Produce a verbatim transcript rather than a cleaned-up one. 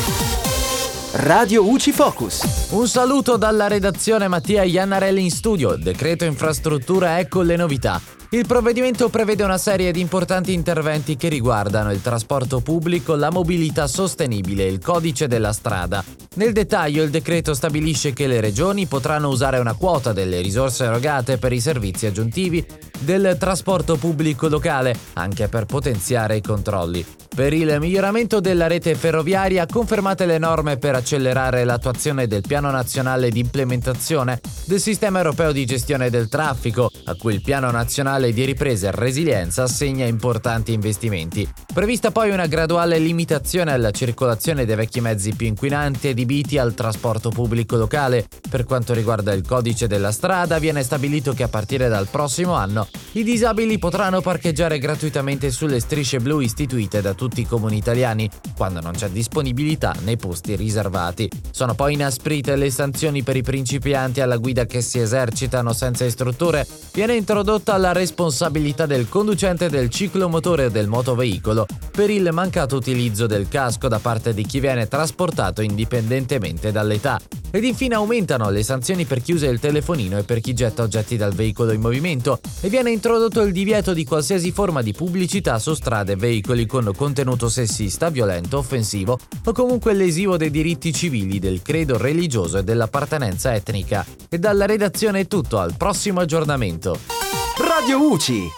Radio U C I Focus. Un saluto dalla redazione Mattia Iannarelli in studio. Decreto infrastruttura, ecco le novità. Il provvedimento prevede una serie di importanti interventi che riguardano il trasporto pubblico, la mobilità sostenibile e il codice della strada. Nel dettaglio, il decreto stabilisce che le regioni potranno usare una quota delle risorse erogate per i servizi aggiuntivi del trasporto pubblico locale, anche per potenziare i controlli. Per il miglioramento della rete ferroviaria, confermate le norme per accelerare l'attuazione del Piano Nazionale di Implementazione del Sistema Europeo di Gestione del Traffico, a cui il Piano Nazionale di Ripresa e Resilienza assegna importanti investimenti. Prevista poi una graduale limitazione alla circolazione dei vecchi mezzi più inquinanti adibiti al trasporto pubblico locale. Per quanto riguarda il codice della strada, viene stabilito che a partire dal prossimo anno i disabili potranno parcheggiare gratuitamente sulle strisce blu istituite da tutti i comuni italiani, quando non c'è disponibilità nei posti riservati. Sono poi inasprite le sanzioni per i principianti alla guida che si esercitano senza istruttore. Viene introdotta la responsabilità del conducente del ciclomotore o del motoveicolo per il mancato utilizzo del casco da parte di chi viene trasportato indipendentemente dall'età. Ed infine aumentano le sanzioni per chi usa il telefonino e per chi getta oggetti dal veicolo in movimento, e viene introdotto il divieto di qualsiasi forma di pubblicità su strade e veicoli con contenuto sessista, violento, offensivo o comunque lesivo dei diritti civili, del credo religioso e dell'appartenenza etnica. E dalla redazione è tutto, al prossimo aggiornamento. Radio U C I.